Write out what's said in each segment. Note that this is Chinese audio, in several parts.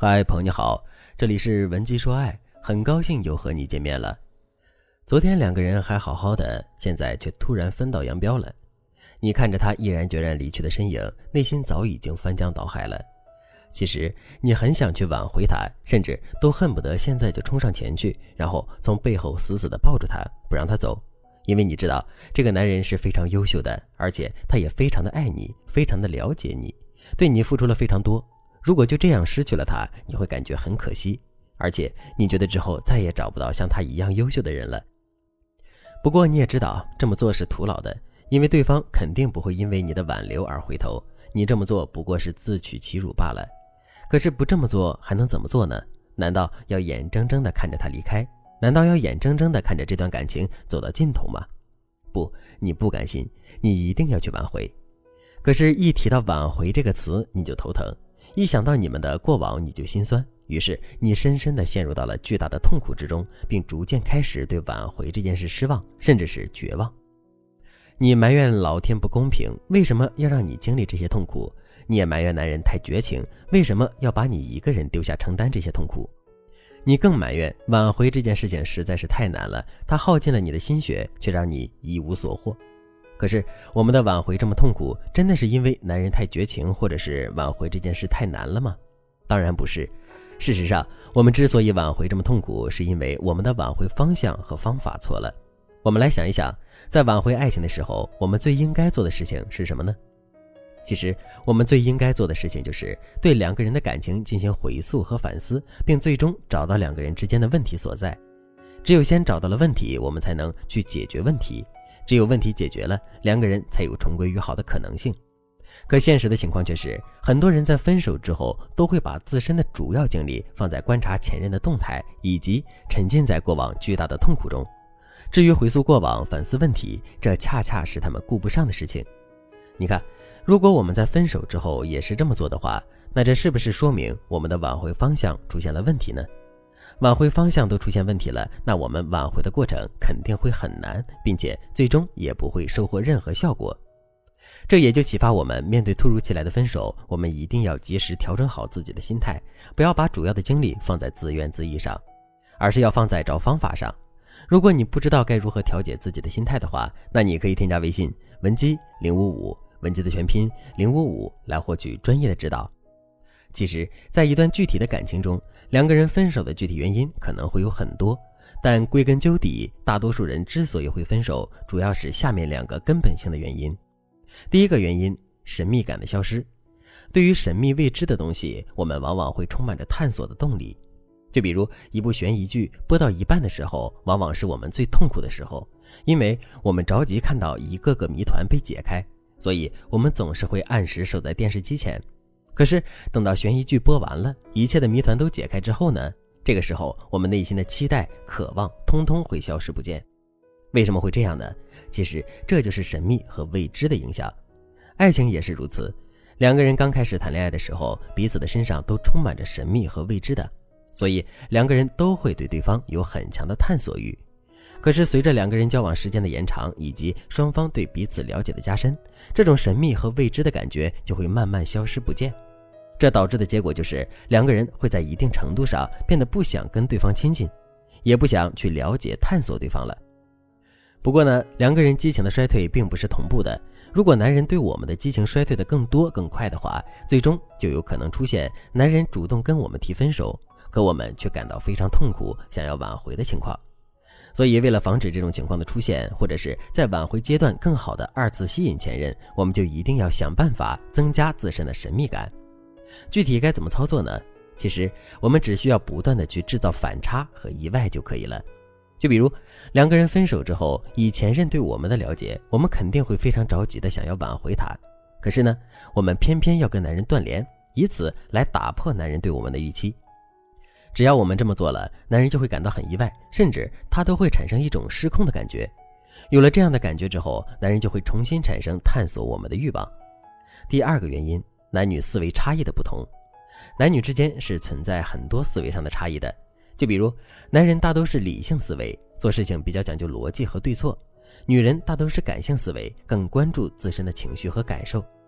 嗨，朋友你好，这里是文姬说爱，很高兴又和你见面了。昨天两个人还好好的，现在却突然分道扬镳了。你看着他毅然决然离去的身影，内心早已经翻江倒海了。其实你很想去挽回他，甚至都恨不得现在就冲上前去，然后从背后死死地抱住他，不让他走。因为你知道这个男人是非常优秀的，而且他也非常的爱你，非常的了解你，对你付出了非常多。如果就这样失去了他，你会感觉很可惜，而且你觉得之后再也找不到像他一样优秀的人了。不过你也知道这么做是徒劳的，因为对方肯定不会因为你的挽留而回头，你这么做不过是自取其辱罢了。可是不这么做还能怎么做呢？难道要眼睁睁地看着他离开？难道要眼睁睁地看着这段感情走到尽头吗？不，你不甘心，你一定要去挽回。可是一提到挽回这个词你就头疼，一想到你们的过往你就心酸，于是你深深地陷入到了巨大的痛苦之中，并逐渐开始对挽回这件事失望，甚至是绝望。你埋怨老天不公平，为什么要让你经历这些痛苦？你也埋怨男人太绝情，为什么要把你一个人丢下承担这些痛苦？你更埋怨挽回这件事情实在是太难了，它耗尽了你的心血，却让你一无所获。可是我们的挽回这么痛苦，真的是因为男人太绝情，或者是挽回这件事太难了吗？当然不是。事实上，我们之所以挽回这么痛苦，是因为我们的挽回方向和方法错了。我们来想一想，在挽回爱情的时候，我们最应该做的事情是什么呢？其实我们最应该做的事情就是对两个人的感情进行回溯和反思，并最终找到两个人之间的问题所在。只有先找到了问题，我们才能去解决问题，只有问题解决了，两个人才有重归于好的可能性。可现实的情况却是，很多人在分手之后都会把自身的主要精力放在观察前任的动态，以及沉浸在过往巨大的痛苦中。至于回溯过往反思问题，这恰恰是他们顾不上的事情。你看，如果我们在分手之后也是这么做的话，那这是不是说明我们的挽回方向出现了问题呢？挽回方向都出现问题了，那我们挽回的过程肯定会很难，并且最终也不会收获任何效果。这也就启发我们，面对突如其来的分手，我们一定要及时调整好自己的心态，不要把主要的精力放在自怨自艾上，而是要放在找方法上。如果你不知道该如何调节自己的心态的话，那你可以添加微信文姬055，文姬的全拼055，来获取专业的指导。其实在一段具体的感情中，两个人分手的具体原因可能会有很多，但归根究底，大多数人之所以会分手，主要是下面两个根本性的原因。第一个原因，神秘感的消失。对于神秘未知的东西，我们往往会充满着探索的动力。就比如一部悬疑剧播到一半的时候，往往是我们最痛苦的时候，因为我们着急看到一个个谜团被解开，所以我们总是会按时守在电视机前。可是等到悬疑剧播完了，一切的谜团都解开之后呢，这个时候我们内心的期待、渴望通通会消失不见。为什么会这样呢？其实这就是神秘和未知的影响。爱情也是如此，两个人刚开始谈恋爱的时候，彼此的身上都充满着神秘和未知的，所以两个人都会对对方有很强的探索欲。可是随着两个人交往时间的延长，以及双方对彼此了解的加深，这种神秘和未知的感觉就会慢慢消失不见。这导致的结果就是两个人会在一定程度上变得不想跟对方亲近，也不想去了解探索对方了。不过呢，两个人激情的衰退并不是同步的，如果男人对我们的激情衰退的更多更快的话，最终就有可能出现男人主动跟我们提分手，可我们却感到非常痛苦，想要挽回的情况。所以为了防止这种情况的出现，或者是在挽回阶段更好的二次吸引前任，我们就一定要想办法增加自身的神秘感。具体该怎么操作呢？其实我们只需要不断的去制造反差和意外就可以了。就比如两个人分手之后，以前任对我们的了解，我们肯定会非常着急的想要挽回他。可是呢，我们偏偏要跟男人断联，以此来打破男人对我们的预期。只要我们这么做了，男人就会感到很意外，甚至他都会产生一种失控的感觉。有了这样的感觉之后，男人就会重新产生探索我们的欲望。第二个原因，男女思维差异的不同。男女之间是存在很多思维上的差异的，就比如男人大都是理性思维，做事情比较讲究逻辑和对错，女人大都是感性思维，更关注自身的情绪和感受。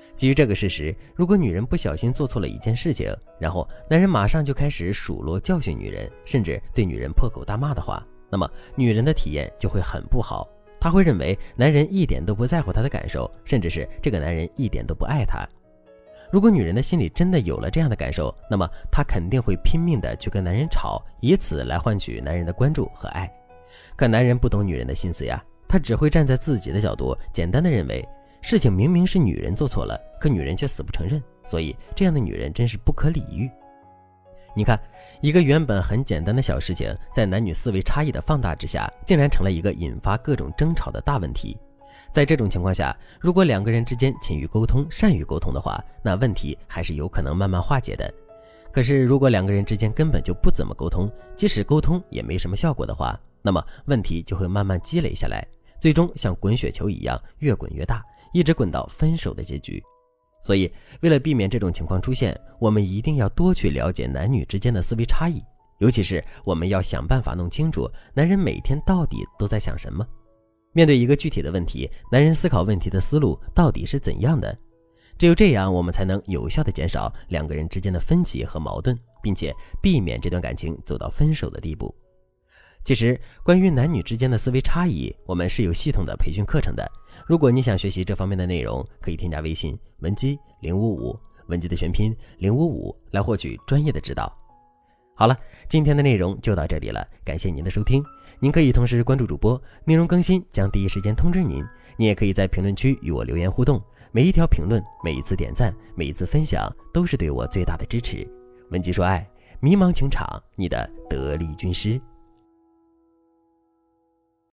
基于这个事实，如果女人不小心做错了一件事情，然后男人马上就开始数落教训女人，甚至对女人破口大骂的话，那么女人的体验就会很不好。她会认为男人一点都不在乎她的感受，甚至是这个男人一点都不爱她。如果女人的心里真的有了这样的感受，那么她肯定会拼命的去跟男人吵，以此来换取男人的关注和爱。可男人不懂女人的心思呀，他只会站在自己的角度，简单的认为事情明明是女人做错了，可女人却死不承认，所以这样的女人真是不可理喻。你看，一个原本很简单的小事情，在男女思维差异的放大之下，竟然成了一个引发各种争吵的大问题。在这种情况下，如果两个人之间勤于沟通，善于沟通的话，那问题还是有可能慢慢化解的。可是如果两个人之间根本就不怎么沟通，即使沟通也没什么效果的话，那么问题就会慢慢积累下来，最终像滚雪球一样越滚越大，一直滚到分手的结局。所以为了避免这种情况出现，我们一定要多去了解男女之间的思维差异，尤其是我们要想办法弄清楚男人每天到底都在想什么。面对一个具体的问题，男人思考问题的思路到底是怎样的？只有这样，我们才能有效地减少两个人之间的分歧和矛盾，并且避免这段感情走到分手的地步。其实关于男女之间的思维差异，我们是有系统的培训课程的。如果你想学习这方面的内容，可以添加微信文姬055，文姬的全拼055，来获取专业的指导。好了，今天的内容就到这里了，感谢您的收听。您可以同时关注主播，内容更新将第一时间通知您。你也可以在评论区与我留言互动，每一条评论，每一次点赞，每一次分享，都是对我最大的支持。文姬说爱，迷茫情场，你的得力军师。